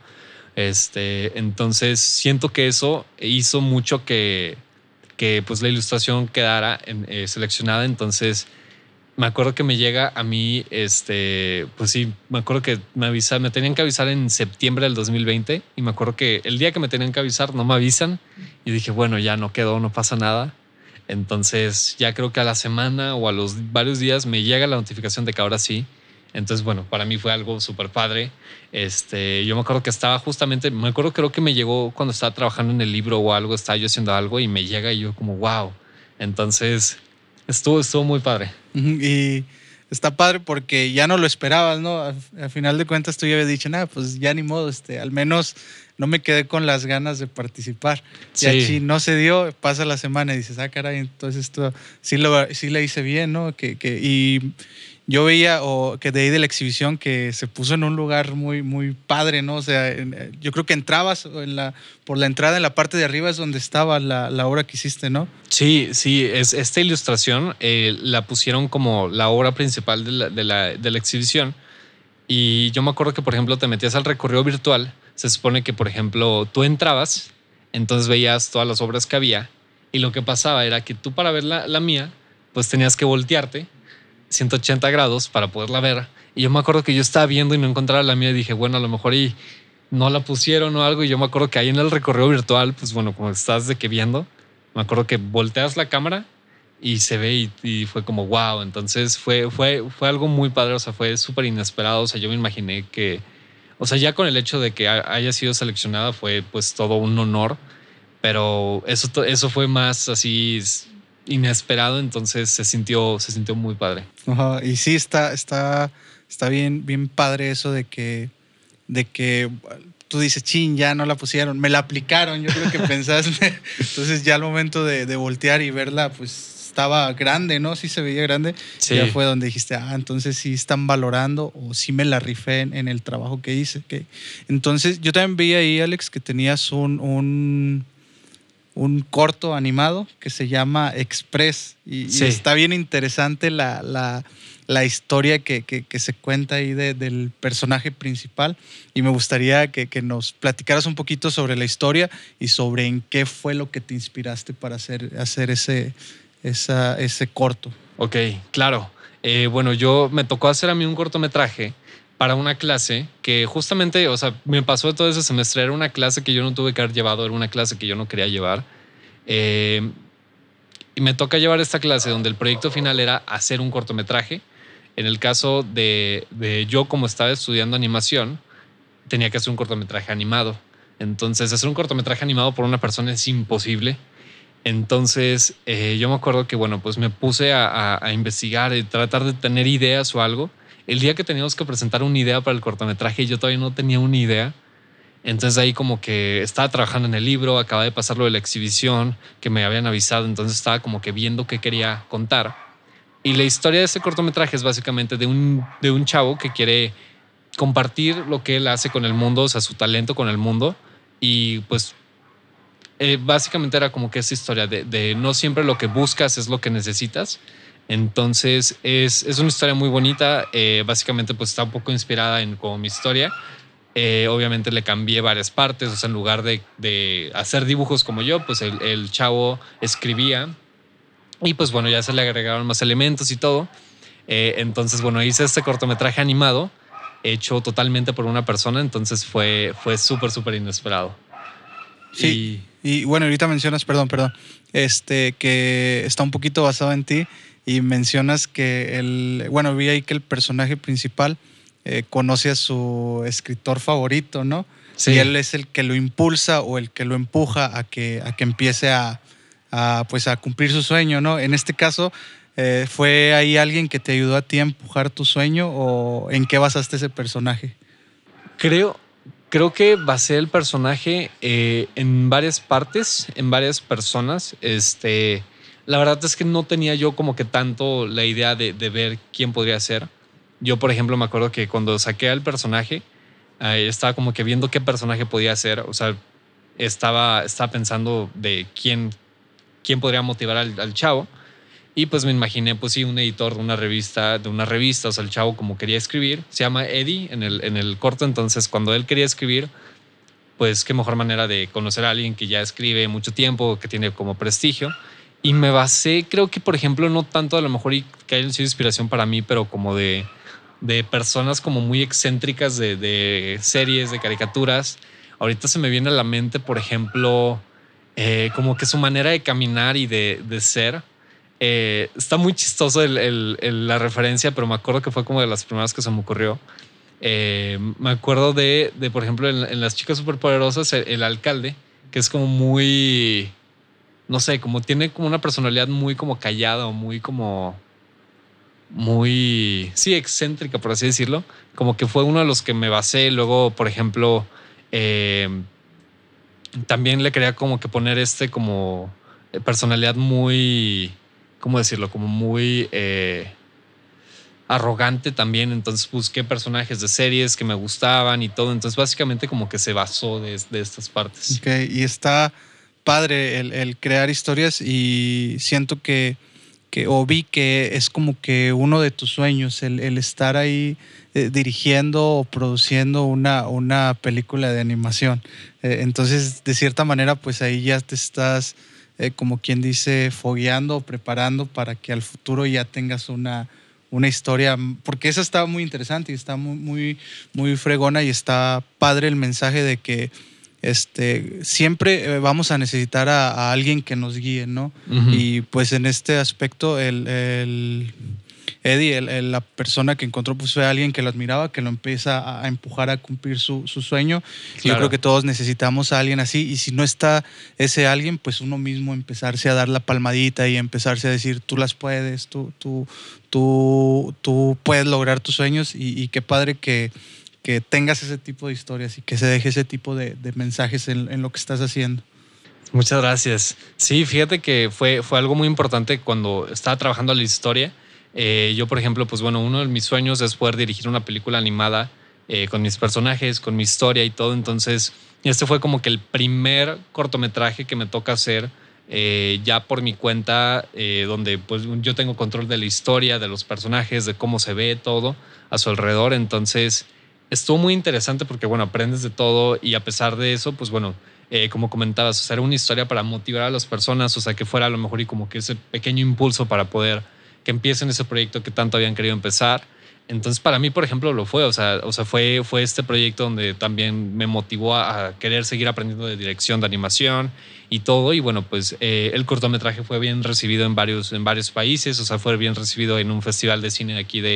Este, entonces siento que eso hizo mucho que, que pues la ilustración quedara en, eh, seleccionada. Entonces me acuerdo que me llega a mí, este, pues sí, me acuerdo que me avisa, me tenían que avisar en septiembre del dos mil veinte y me acuerdo que el día que me tenían que avisar no me avisan y dije, bueno, ya no quedó, no pasa nada. Entonces ya creo que a la semana o a los varios días me llega la notificación de que ahora sí. Entonces, bueno, para mí fue algo súper padre. Este, yo me acuerdo que estaba justamente, me acuerdo creo que me llegó cuando estaba trabajando en el libro o algo, estaba yo haciendo algo y me llega y yo como, wow. Entonces estuvo, estuvo muy padre. Y está padre porque ya no lo esperabas, ¿no? Al final de cuentas tú ya habías dicho, nada, pues ya ni modo, este, al menos no me quedé con las ganas de participar. Sí. Y aquí no se dio, pasa la semana y dices, ah, caray, entonces esto sí lo, sí le hice bien, ¿no? Que, que, y yo veía o que de ahí de la exhibición que se puso en un lugar muy, muy padre, ¿no? O sea, en, yo creo que entrabas en la, por la entrada en la parte de arriba es donde estaba la, la obra que hiciste, ¿no? Sí, sí, es, esta ilustración eh, la pusieron como la obra principal de la, de, la, de la exhibición. Y yo me acuerdo que, por ejemplo, te metías al recorrido virtual. Se supone que, por ejemplo, tú entrabas, entonces veías todas las obras que había y lo que pasaba era que tú para ver la, la mía, pues tenías que voltearte ciento ochenta grados para poderla ver. Y yo me acuerdo que yo estaba viendo y no encontraba la mía y dije, bueno, a lo mejor y no la pusieron o algo. Y yo me acuerdo que ahí en el recorrido virtual, pues bueno, como estás de que viendo, me acuerdo que volteas la cámara y se ve y, y fue como wow. Entonces fue, fue, fue algo muy padre, o sea, fue súper inesperado. O sea, yo me imaginé que, o sea, ya con el hecho de que haya sido seleccionada fue pues todo un honor, pero eso, eso fue más así inesperado, entonces se sintió, se sintió muy padre. Ajá, y sí, está, está, está bien, bien padre eso de que, de que tú dices, chin, ya no la pusieron, me la aplicaron, yo creo que pensaste. Entonces ya al momento de, de voltear y verla, pues estaba grande, ¿no? Sí se veía grande. Sí. Ya fue donde dijiste, ah, entonces sí están valorando o sí me la rifé en, en el trabajo que hice. Okay. Entonces yo también vi ahí, Alex, que tenías un... un un corto animado que se llama Express y, sí. y está bien interesante la, la, la historia que, que, que se cuenta ahí de, del personaje principal y me gustaría que, que nos platicaras un poquito sobre la historia y sobre en qué fue lo que te inspiraste para hacer, hacer ese, esa, ese corto. Ok, claro. Eh, bueno, yo me tocó hacer a mí un cortometraje para una clase que justamente, o sea, me pasó todo ese semestre. Era una clase que yo no tuve que haber llevado, era una clase que yo no quería llevar. Eh, y me toca llevar esta clase donde el proyecto final era hacer un cortometraje. En el caso de, de yo, como estaba estudiando animación, tenía que hacer un cortometraje animado. Entonces, hacer un cortometraje animado por una persona es imposible. Entonces, eh, yo me acuerdo que, bueno, pues me puse a, a, a investigar y tratar de tener ideas o algo. El día que teníamos que presentar una idea para el cortometraje, yo todavía no tenía una idea. Entonces ahí como que estaba trabajando en el libro, acababa de pasarlo de la exhibición, que me habían avisado, entonces estaba como que viendo qué quería contar. Y la historia de ese cortometraje es básicamente de un, de un chavo que quiere compartir lo que él hace con el mundo, o sea, su talento con el mundo. Y pues eh, básicamente era como que esa historia de, de no siempre lo que buscas es lo que necesitas. Entonces es, es una historia muy bonita. Eh, básicamente pues está un poco inspirada en como mi historia. Eh, obviamente le cambié varias partes, o sea, en lugar de, de hacer dibujos como yo, pues el, el chavo escribía y pues bueno, ya se le agregaron más elementos y todo. Eh, entonces, bueno, hice este cortometraje animado hecho totalmente por una persona, entonces fue, fue súper, súper inesperado. Sí, y, y bueno, ahorita mencionas, perdón, perdón, este, que está un poquito basado en ti y mencionas que el, bueno, vi ahí que el personaje principal Eh, conoce a su escritor favorito, ¿no? Sí. Y él es el que lo impulsa o el que lo empuja a que, a que empiece a, a, pues a cumplir su sueño, ¿no? En este caso, eh, ¿fue ahí alguien que te ayudó a ti a empujar tu sueño o en qué basaste ese personaje? Creo, creo que basé el personaje eh, en varias partes, en varias personas. Este, la verdad es que no tenía yo como que tanto la idea de, de ver quién podría ser. Yo, por ejemplo, me acuerdo que cuando saqué al personaje, eh, estaba como que viendo qué personaje podía ser. O sea, estaba, estaba pensando de quién, quién podría motivar al, al chavo. Y pues me imaginé, pues sí, un editor de una revista, de una revista. O sea, el chavo como quería escribir. Se llama Eddie en el, en el corto. Entonces, cuando él quería escribir, pues qué mejor manera de conocer a alguien que ya escribe mucho tiempo, que tiene como prestigio. Y me basé, creo que, por ejemplo, no tanto a lo mejor y que haya sido inspiración para mí, pero como de... de personas como muy excéntricas de, de series, de caricaturas. Ahorita se me viene a la mente, por ejemplo, eh, como que su manera de caminar y de, de ser. Eh, está muy chistoso el, el, el, la referencia, pero me acuerdo que fue como de las primeras que se me ocurrió. Eh, me acuerdo de, de, por ejemplo, en, en Las Chicas Superpoderosas, el, el alcalde, que es como muy, no sé, como tiene como una personalidad muy como callada o muy como... muy, sí, excéntrica, por así decirlo. Como que fue uno de los que me basé. Luego, por ejemplo, eh, también le quería como que poner este como personalidad muy, ¿cómo decirlo? Como muy eh, arrogante también. Entonces busqué personajes de series que me gustaban y todo. Entonces básicamente como que se basó de, de estas partes. Ok, y está padre el, el crear historias y siento que Que, o vi que es como que uno de tus sueños, el, el estar ahí eh, dirigiendo o produciendo una, una película de animación. Eh, entonces, de cierta manera, pues ahí ya te estás, eh, como quien dice, fogueando o preparando para que al futuro ya tengas una, una historia, porque esa está muy interesante y está muy, muy, muy fregona y está padre el mensaje de que Este, siempre vamos a necesitar a, a alguien que nos guíe, ¿no? Uh-huh. Y pues en este aspecto, el, el Eddie, el, el, la persona que encontró, pues fue alguien que lo admiraba, que lo empieza a, a empujar a cumplir su, su sueño. Claro. Yo creo que todos necesitamos a alguien así, y si no está ese alguien, pues uno mismo empezarse a dar la palmadita y empezarse a decir, tú las puedes, tú, tú, tú, tú puedes lograr tus sueños, y, y qué padre que que tengas ese tipo de historias y que se deje ese tipo de, de mensajes en, en lo que estás haciendo. Muchas gracias. Sí, fíjate que fue, fue algo muy importante cuando estaba trabajando la historia. Eh, yo, por ejemplo, pues bueno, uno de mis sueños es poder dirigir una película animada eh, con mis personajes, con mi historia y todo. Entonces, este fue como que el primer cortometraje que me toca hacer eh, ya por mi cuenta, eh, donde pues yo tengo control de la historia, de los personajes, de cómo se ve todo a su alrededor. Entonces, estuvo muy interesante porque, bueno, aprendes de todo y a pesar de eso, pues bueno, eh, como comentabas, o sea, era una historia para motivar a las personas, o sea, que fuera a lo mejor y como que ese pequeño impulso para poder que empiecen ese proyecto que tanto habían querido empezar. Entonces, para mí, por ejemplo, lo fue, o sea, o sea fue, fue este proyecto donde también me motivó a, a querer seguir aprendiendo de dirección, de animación y todo. Y bueno, pues eh, el cortometraje fue bien recibido en varios, en varios países, o sea, fue bien recibido en un festival de cine aquí de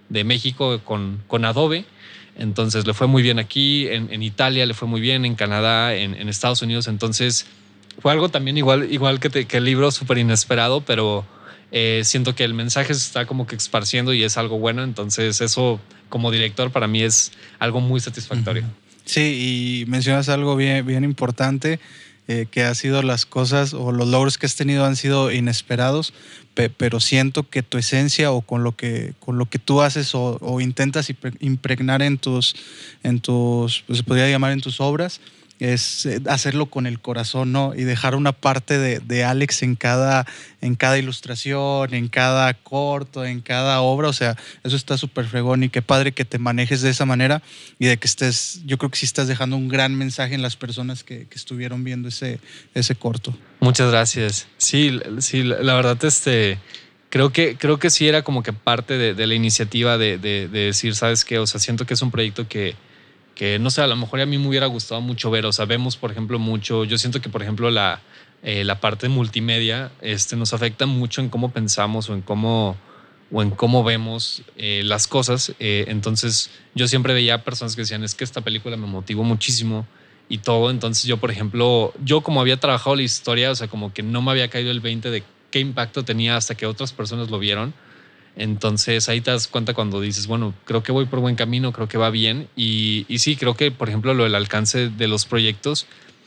de México con, con Adobe. Entonces le fue muy bien aquí, en, en Italia le fue muy bien, en Canadá, en, en Estados Unidos. Entonces fue algo también igual, igual que, te, que el libro, súper inesperado, pero eh, siento que el mensaje se está como que esparciendo y es algo bueno. Entonces eso como director para mí es algo muy satisfactorio. Uh-huh. Sí, y mencionas algo bien, bien importante, eh, que ha sido las cosas o los logros que has tenido han sido inesperados, pe- pero siento que tu esencia o con lo que, con lo que tú haces o, o intentas impregnar en tus, en tus, pues se podría llamar en tus obras, es hacerlo con el corazón, ¿no? Y dejar una parte de, de Alex en cada, en cada ilustración, en cada corto, en cada obra. O sea, eso está súper fregón y qué padre que te manejes de esa manera y de que estés, yo creo que sí estás dejando un gran mensaje en las personas que, que estuvieron viendo ese, ese corto. Muchas gracias. Sí, sí, la verdad, este, creo que, creo que sí era como que parte de, de la iniciativa de, de, de decir, ¿sabes qué? O sea, siento que es un proyecto que que no sé, a lo mejor a mí me hubiera gustado mucho ver. O sea, vemos, por ejemplo, mucho. Yo siento que, por ejemplo, la, eh, la parte multimedia este, nos afecta mucho en cómo pensamos o en cómo, o en cómo vemos eh, las cosas. Eh, entonces, yo siempre veía personas que decían, es que esta película me motivó muchísimo y todo. Entonces, yo, por ejemplo, yo como había trabajado la historia, o sea, como que no me había caído el veinte de qué impacto tenía hasta que otras personas lo vieron. Entonces ahí te das cuenta cuando dices, bueno, creo que voy por buen camino, creo que va bien. Y, y sí, creo que, por ejemplo, lo del alcance de los proyectos,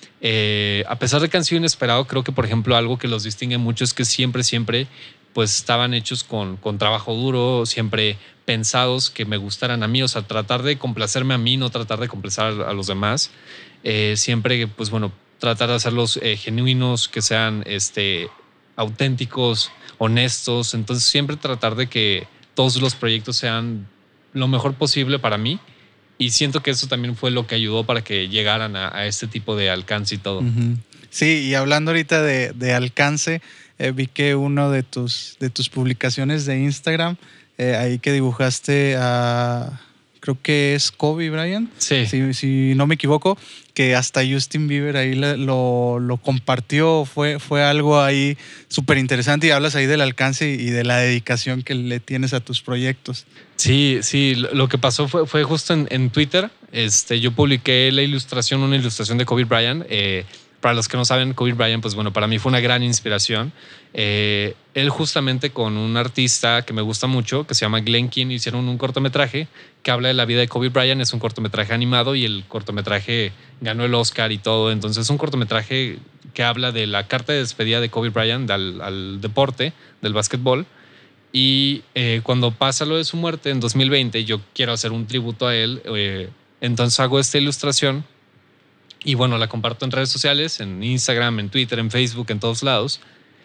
eh, a pesar de que han sido inesperado, creo que, por ejemplo, algo que los distingue mucho es que siempre, siempre, pues estaban hechos con, con trabajo duro, siempre pensados que me gustaran a mí, o sea, tratar de complacerme a mí, no tratar de complacer a los demás. Eh, siempre, pues bueno, tratar de hacerlos eh, genuinos, que sean este, auténticos, honestos. Entonces siempre tratar de que todos los proyectos sean lo mejor posible para mí. Y siento que eso también fue lo que ayudó para que llegaran a, a este tipo de alcance y todo. Uh-huh. Sí, y hablando ahorita de, de alcance, eh, vi que uno de tus, de tus publicaciones de Instagram, eh, ahí que dibujaste a, creo que es Kobe Bryant, sí. si, si no me equivoco, que hasta Justin Bieber ahí le, lo, lo compartió, fue, fue algo ahí súper interesante y hablas ahí del alcance y de la dedicación que le tienes a tus proyectos. Sí, sí, lo que pasó fue, fue justo en, en Twitter. Este, yo publiqué la ilustración, una ilustración de Kobe Bryant. Eh, para los que no saben, Kobe Bryant, pues bueno, para mí fue una gran inspiración. Eh, él justamente con un artista que me gusta mucho, que se llama Glenn Keane, hicieron un cortometraje que habla de la vida de Kobe Bryant. Es un cortometraje animado y el cortometraje ganó el Oscar y todo. Entonces es un cortometraje que habla de la carta de despedida de Kobe Bryant al, al deporte del básquetbol. Y eh, cuando pasa lo de su muerte en dos mil veinte, yo quiero hacer un tributo a él. Eh, entonces hago esta ilustración y bueno, la comparto en redes sociales, en Instagram, en Twitter, en Facebook, en todos lados.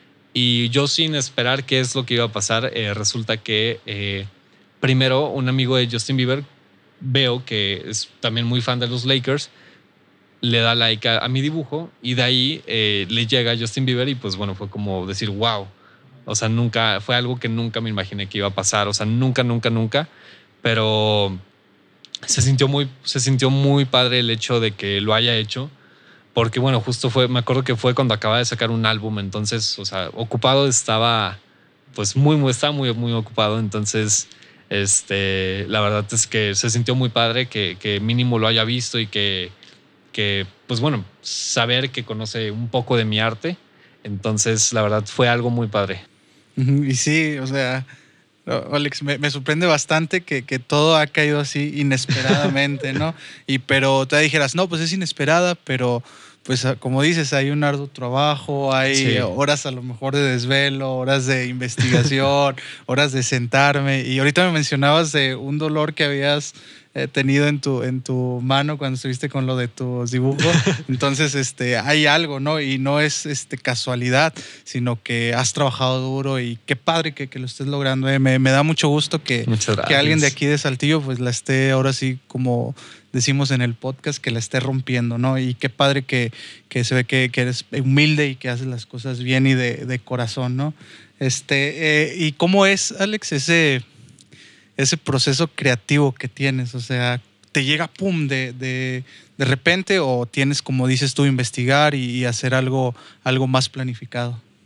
Y yo sin esperar qué es lo que iba a pasar, eh, resulta que eh, primero un amigo de Justin Bieber, veo que es también muy fan de los Lakers, le da like a, a mi dibujo y de ahí eh, le llega a Justin Bieber y pues bueno, fue como decir, wow. O sea, nunca, fue algo que nunca me imaginé que iba a pasar. O sea, nunca, nunca, nunca. Pero se sintió muy, se sintió muy padre el hecho de que lo haya hecho. Porque, bueno, justo fue, me acuerdo que fue cuando acababa de sacar un álbum. Entonces, o sea, ocupado estaba, pues muy, muy, estaba muy, muy ocupado. Entonces, este, la verdad es que se sintió muy padre que, que mínimo lo haya visto y que, que, pues bueno, saber que conoce un poco de mi arte. Entonces, la verdad fue algo muy padre. Y sí, o sea, Alex, me, me sorprende bastante que, que todo ha caído así inesperadamente, ¿no? Y pero te dijeras, no, pues es inesperada, pero pues como dices, hay un arduo trabajo, hay sí. horas a lo mejor de desvelo, horas de investigación, horas de sentarme. Y ahorita me mencionabas de un dolor que habías eh, tenido en tu, en tu mano cuando estuviste con lo de tus dibujos. Entonces, este, hay algo, ¿no? Y no es este, casualidad, sino que has trabajado duro y qué padre que, que lo estés logrando. Eh. Me, me da mucho gusto que, que alguien de aquí de Saltillo pues la esté ahora sí como decimos en el podcast, que la esté rompiendo, ¿no? Y qué padre que, que se ve que, que eres humilde y que haces las cosas bien y de, de corazón, ¿no? Este, eh, ¿y cómo es, Alex, ese, ese proceso creativo que tienes? O sea, ¿te llega pum de, de, de repente o tienes, como dices tú, investigar y, y hacer algo, algo más planificado?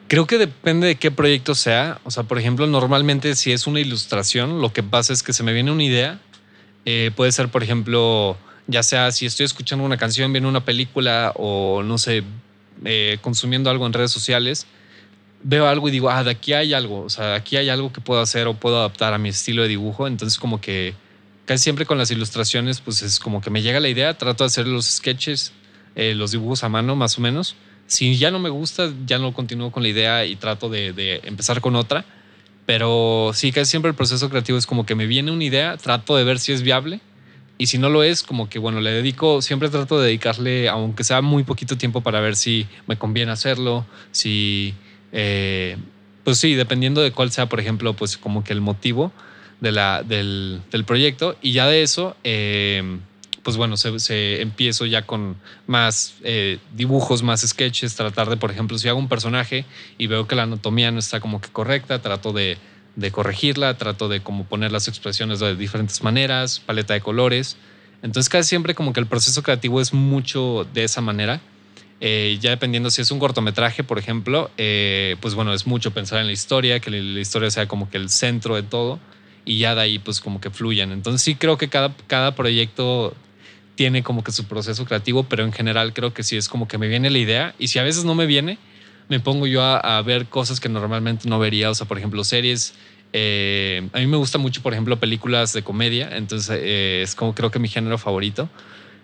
Creo que depende de qué proyecto sea. O sea, por ejemplo, normalmente si es una ilustración, lo que pasa es que se me viene una idea. Eh, puede ser, por ejemplo, ya sea si estoy escuchando una canción, viene una película o no sé, eh, consumiendo algo en redes sociales, veo algo y digo, ah, de aquí hay algo. O sea, aquí hay algo que puedo hacer o puedo adaptar a mi estilo de dibujo. Entonces, como que casi siempre con las ilustraciones, pues es como que me llega la idea, trato de hacer los sketches, eh, los dibujos a mano, más o menos. Si ya no me gusta, ya no continúo con la idea y trato de, de empezar con otra. Pero sí, casi siempre el proceso creativo es como que me viene una idea, trato de ver si es viable. Y si no lo es, como que bueno, le dedico, siempre trato de dedicarle, aunque sea muy poquito tiempo, para ver si me conviene hacerlo, si, eh, pues sí, dependiendo de cuál sea, por ejemplo, pues como que el motivo de la, del, del proyecto. Y ya de eso, eh, pues bueno, se, se empiezo ya con más eh, dibujos, más sketches, tratar de, por ejemplo, si hago un personaje y veo que la anatomía no está como que correcta, trato de, de corregirla, trato de como poner las expresiones de diferentes maneras, paleta de colores. Entonces casi siempre como que el proceso creativo es mucho de esa manera. Eh, ya dependiendo si es un cortometraje, por ejemplo, eh, pues bueno, es mucho pensar en la historia, que la, la historia sea como que el centro de todo y ya de ahí pues como que fluyan. Entonces sí creo que cada, cada proyecto tiene como que su proceso creativo, pero en general creo que sí es como que me viene la idea y si a veces no me viene, me pongo yo a, a ver cosas que normalmente no vería. O sea, por ejemplo, series. Eh, a mí me gusta mucho, por ejemplo, películas de comedia. Entonces eh, es como creo que mi género favorito.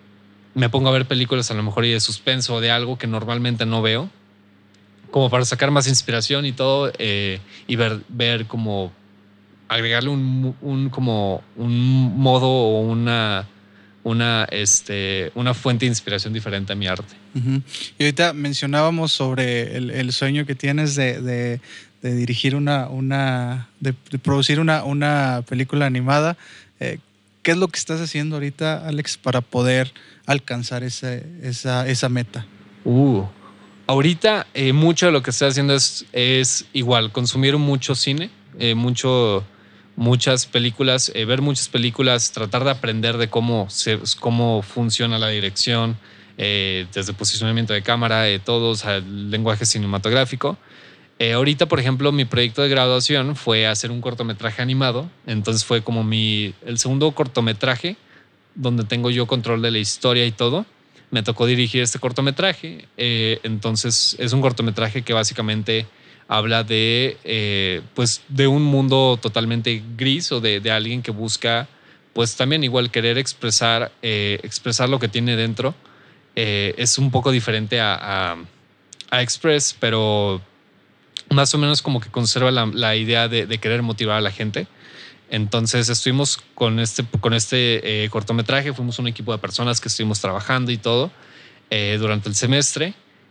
Me pongo a ver películas a lo mejor y de suspenso o de algo que normalmente no veo, como para sacar más inspiración y todo, eh, y ver, ver como agregarle un, un, como un modo o una, una, este, una fuente de inspiración diferente a mi arte. Uh-huh. Y ahorita mencionábamos sobre el, el sueño que tienes de, de, de dirigir una, una de, de producir una, una película animada. Eh, ¿Qué es lo que estás haciendo ahorita, Alex, para poder alcanzar ese, esa, esa meta? Uh, ahorita eh, mucho de lo que estoy haciendo es, es igual, consumir mucho cine, eh, mucho, muchas películas, eh, ver muchas películas, tratar de aprender de cómo, se, cómo funciona la dirección, eh, desde posicionamiento de cámara, eh, todo, o sea, el lenguaje cinematográfico. Eh, ahorita, por ejemplo, mi proyecto de graduación fue hacer un cortometraje animado. Entonces fue como mi, el segundo cortometraje donde tengo yo control de la historia y todo. Me tocó dirigir este cortometraje. Eh, entonces es un cortometraje que básicamente habla de, eh, pues, de un mundo totalmente gris o de, de alguien que busca, pues también igual querer expresar, eh, expresar lo que tiene dentro. Eh, es un poco diferente a, a, a Express, pero más o menos como que conserva la, la idea de, de querer motivar a la gente. Entonces estuvimos con este, con este eh, cortometraje, fuimos un equipo de personas que estuvimos trabajando y todo eh, durante el semestre.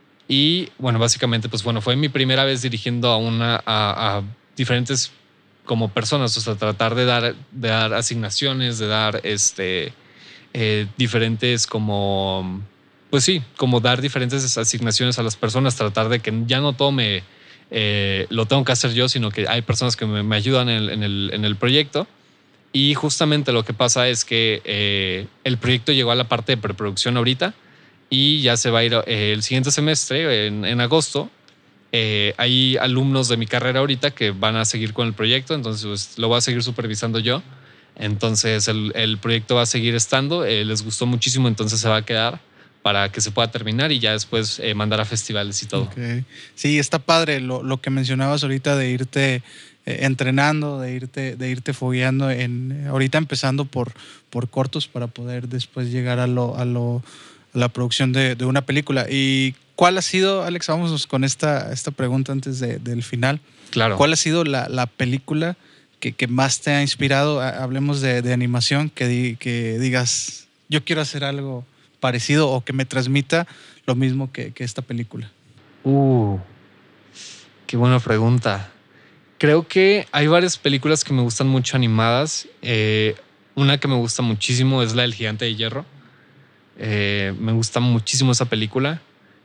Y bueno, básicamente, pues bueno, fue mi primera vez dirigiendo a, una, a, a diferentes como personas, o sea, tratar de dar, de dar asignaciones, de dar este, eh, diferentes como, pues sí, como dar diferentes asignaciones a las personas, tratar de que ya no todo me Eh, lo tengo que hacer yo, sino que hay personas que me, me ayudan en el, en, el, en el proyecto. Y justamente lo que pasa es que eh, el proyecto llegó a la parte de preproducción ahorita y ya se va a ir eh, el siguiente semestre, en, en agosto. Eh, hay alumnos de mi carrera ahorita que van a seguir con el proyecto, entonces pues, lo voy a seguir supervisando yo. Entonces el, el proyecto va a seguir estando, eh, les gustó muchísimo, entonces se va a quedar para que se pueda terminar y ya después eh, mandar a festivales y todo. Okay. Sí, está padre lo, lo que mencionabas ahorita de irte eh, entrenando, de irte, de irte fogueando, en, ahorita empezando por, por cortos para poder después llegar a, lo, a, lo, a la producción de, de una película. ¿Y cuál ha sido, Alex, vamos con esta, esta pregunta antes de, del final? Claro. ¿Cuál ha sido la, la película que, que más te ha inspirado? Hablemos de, de animación, que, di, que digas, yo quiero hacer algo parecido o que me transmita lo mismo que, que esta película. Uh, qué buena pregunta. Creo que hay varias películas que me gustan mucho animadas. Eh, una que me gusta muchísimo es la del Gigante de Hierro. Eh, me gusta muchísimo esa película.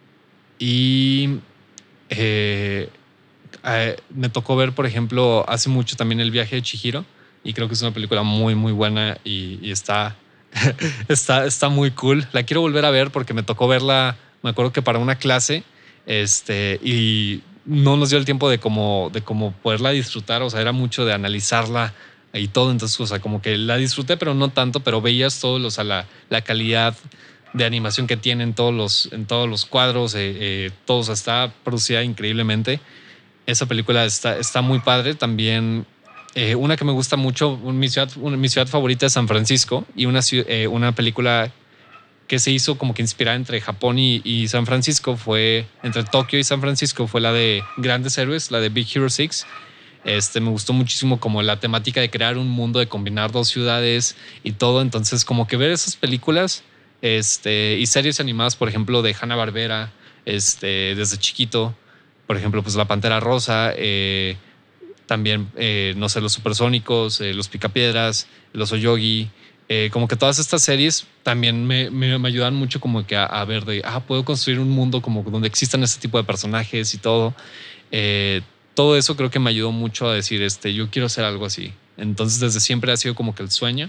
Y eh, eh, me tocó ver, por ejemplo, hace mucho también El viaje de Chihiro. Y creo que es una película muy, muy buena y, y está... está, está muy cool. La quiero volver a ver porque me tocó verla, me acuerdo que para una clase, este, y no nos dio el tiempo de como, de como poderla disfrutar. O sea, era mucho de analizarla y todo. Entonces, o sea, como que la disfruté, pero no tanto, pero veías todos los, o sea, la, la calidad de animación que tiene en todos los, en todos los cuadros, eh, eh, todo, o sea, está producida increíblemente. Esa película está, está muy padre. También eh, una que me gusta mucho, mi ciudad, una, mi ciudad favorita es San Francisco, y una, eh, una película que se hizo como que inspirada entre Japón y, y San Francisco, fue entre Tokio y San Francisco, fue la de Grandes Héroes, la de Big Hero seis. Este, me gustó muchísimo como la temática de crear un mundo, de combinar dos ciudades y todo. Entonces, como que ver esas películas este, y series animadas, por ejemplo, de Hanna-Barbera, este, desde chiquito, por ejemplo, pues La Pantera Rosa, eh, también, eh, no sé, Los Supersónicos, eh, Los Picapiedras, Los Oyogi, eh, como que todas estas series también me, me, me ayudan mucho como que a, a ver de, ah, puedo construir un mundo como donde existan este tipo de personajes y todo. Eh, todo eso creo que me ayudó mucho a decir, este, yo quiero hacer algo así. Entonces desde siempre ha sido como que el sueño.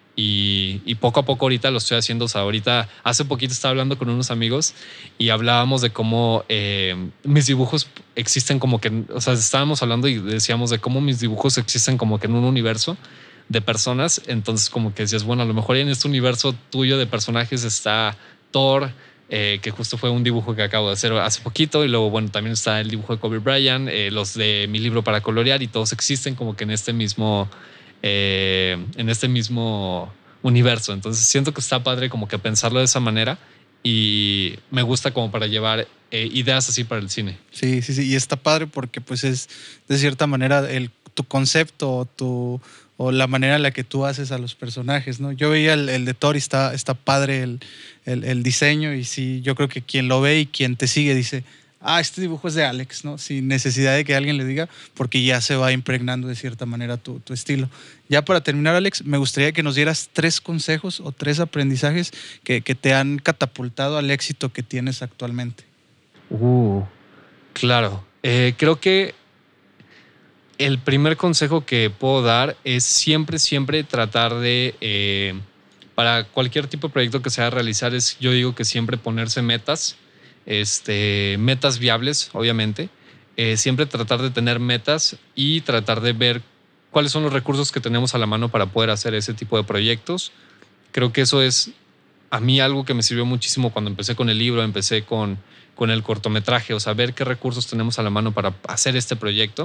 Y, y poco a poco ahorita lo estoy haciendo. O sea, ahorita hace poquito estaba hablando con unos amigos y hablábamos de cómo eh, mis dibujos existen como que, o sea, estábamos hablando y decíamos de cómo mis dibujos existen como que en un universo de personas. Entonces como que decías, bueno, a lo mejor en este universo tuyo de personajes está Thor, eh, que justo fue un dibujo que acabo de hacer hace poquito, y luego, bueno, también está el dibujo de Kobe Bryant, eh, los de mi libro para colorear, y todos existen como que en este mismo eh, en este mismo universo. Entonces siento que está padre como que pensarlo de esa manera, y me gusta como para llevar eh, ideas así para el cine. Sí, sí, sí, y está padre porque pues es de cierta manera el, tu concepto o tu o la manera en la que tú haces a los personajes, ¿no? Yo veía el, el de Thor y está, está padre el, el, el diseño, y sí, yo creo que quien lo ve y quien te sigue dice, ah, este dibujo es de Alex, ¿no? Sin necesidad de que alguien le diga, porque ya se va impregnando de cierta manera tu, tu estilo. Ya para terminar, Alex, me gustaría que nos dieras tres consejos o tres aprendizajes que, que te han catapultado al éxito que tienes actualmente. Uh, claro. Eh, creo que el primer consejo que puedo dar es siempre, siempre tratar de, eh, para cualquier tipo de proyecto que se va a realizar, es, yo digo que siempre ponerse metas, este, metas viables, obviamente. Eh, siempre tratar de tener metas y tratar de ver cuáles son los recursos que tenemos a la mano para poder hacer ese tipo de proyectos. Creo que eso es a mí algo que me sirvió muchísimo cuando empecé con el libro, empecé con, con el cortometraje, o sea, ver qué recursos tenemos a la mano para hacer este proyecto.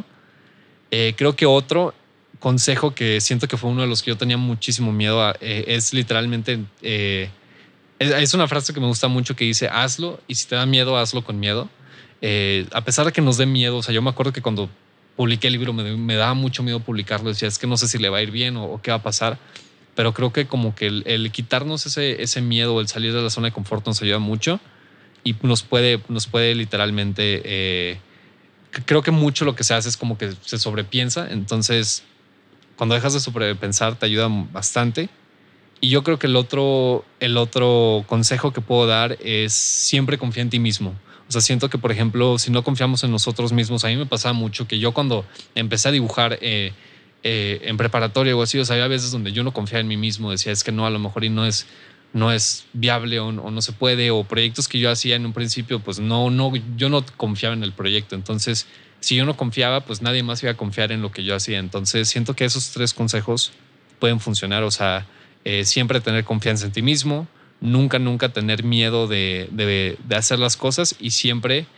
Eh, creo que otro consejo que siento que fue uno de los que yo tenía muchísimo miedo a, eh, es literalmente, eh, es, es una frase que me gusta mucho que dice, hazlo, y si te da miedo, hazlo con miedo. Eh, a pesar de que nos dé miedo, o sea, yo me acuerdo que cuando publiqué el libro me, me daba mucho miedo publicarlo, decía, es que no sé si le va a ir bien o, o qué va a pasar, pero creo que como que el, el quitarnos ese, ese miedo, el salir de la zona de confort nos ayuda mucho, y nos puede, nos puede literalmente... Eh, creo que mucho lo que se hace es como que se sobrepiensa. Entonces, cuando dejas de sobrepensar, te ayuda bastante. Y yo creo que el otro, el otro consejo que puedo dar es siempre confía en ti mismo. O sea, siento que, por ejemplo, si no confiamos en nosotros mismos, a mí me pasaba mucho que yo cuando empecé a dibujar eh, eh, en preparatoria o así, o sea, había veces donde yo no confiaba en mí mismo, decía, es que no, a lo mejor y no es, no es viable, o, o no se puede, o proyectos que yo hacía en un principio, pues no, no, yo no confiaba en el proyecto. Entonces, si yo no confiaba, pues nadie más iba a confiar en lo que yo hacía. Entonces, siento que esos tres consejos pueden funcionar. O sea, eh, siempre tener confianza en ti mismo, nunca, nunca tener miedo de, de, de hacer las cosas, y siempre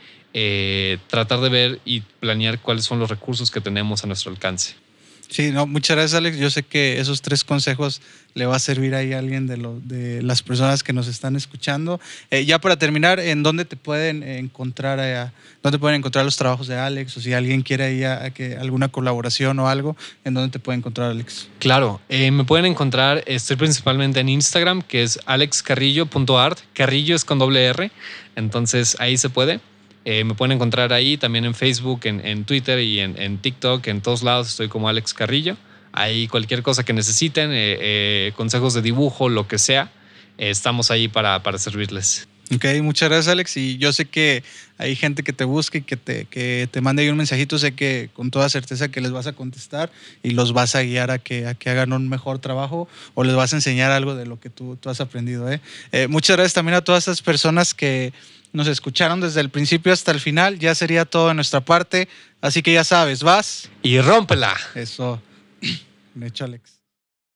eh, tratar de ver y planear cuáles son los recursos que tenemos a nuestro alcance. Sí, no, muchas gracias, Alex. Yo sé que esos tres consejos le va a servir ahí a alguien de, lo, de las personas que nos están escuchando. Eh, ya para terminar, ¿en dónde te pueden encontrar eh, dónde pueden encontrar los trabajos de Alex? O si alguien quiere ir a, a que alguna colaboración o algo, ¿en dónde te pueden encontrar, Alex? Claro, eh, me pueden encontrar, estoy principalmente en Instagram, que es alex carrillo punto art. Carrillo es con doble R, entonces ahí se puede. Eh, me pueden encontrar ahí, también en Facebook, en, en Twitter y en, en TikTok, en todos lados estoy como Alex Carrillo. Ahí cualquier cosa que necesiten, eh, eh, consejos de dibujo, lo que sea, eh, estamos ahí para, para servirles. Ok, muchas gracias, Alex. Y yo sé que hay gente que te busca y que te, que te mande ahí un mensajito. Sé que con toda certeza que les vas a contestar y los vas a guiar a que, a que hagan un mejor trabajo o les vas a enseñar algo de lo que tú, tú has aprendido. ¿eh? Eh, muchas gracias también a todas estas personas que nos escucharon desde el principio hasta el final. Ya sería todo de nuestra parte. Así que ya sabes, vas y rómpela. Eso. De hecho, Alex.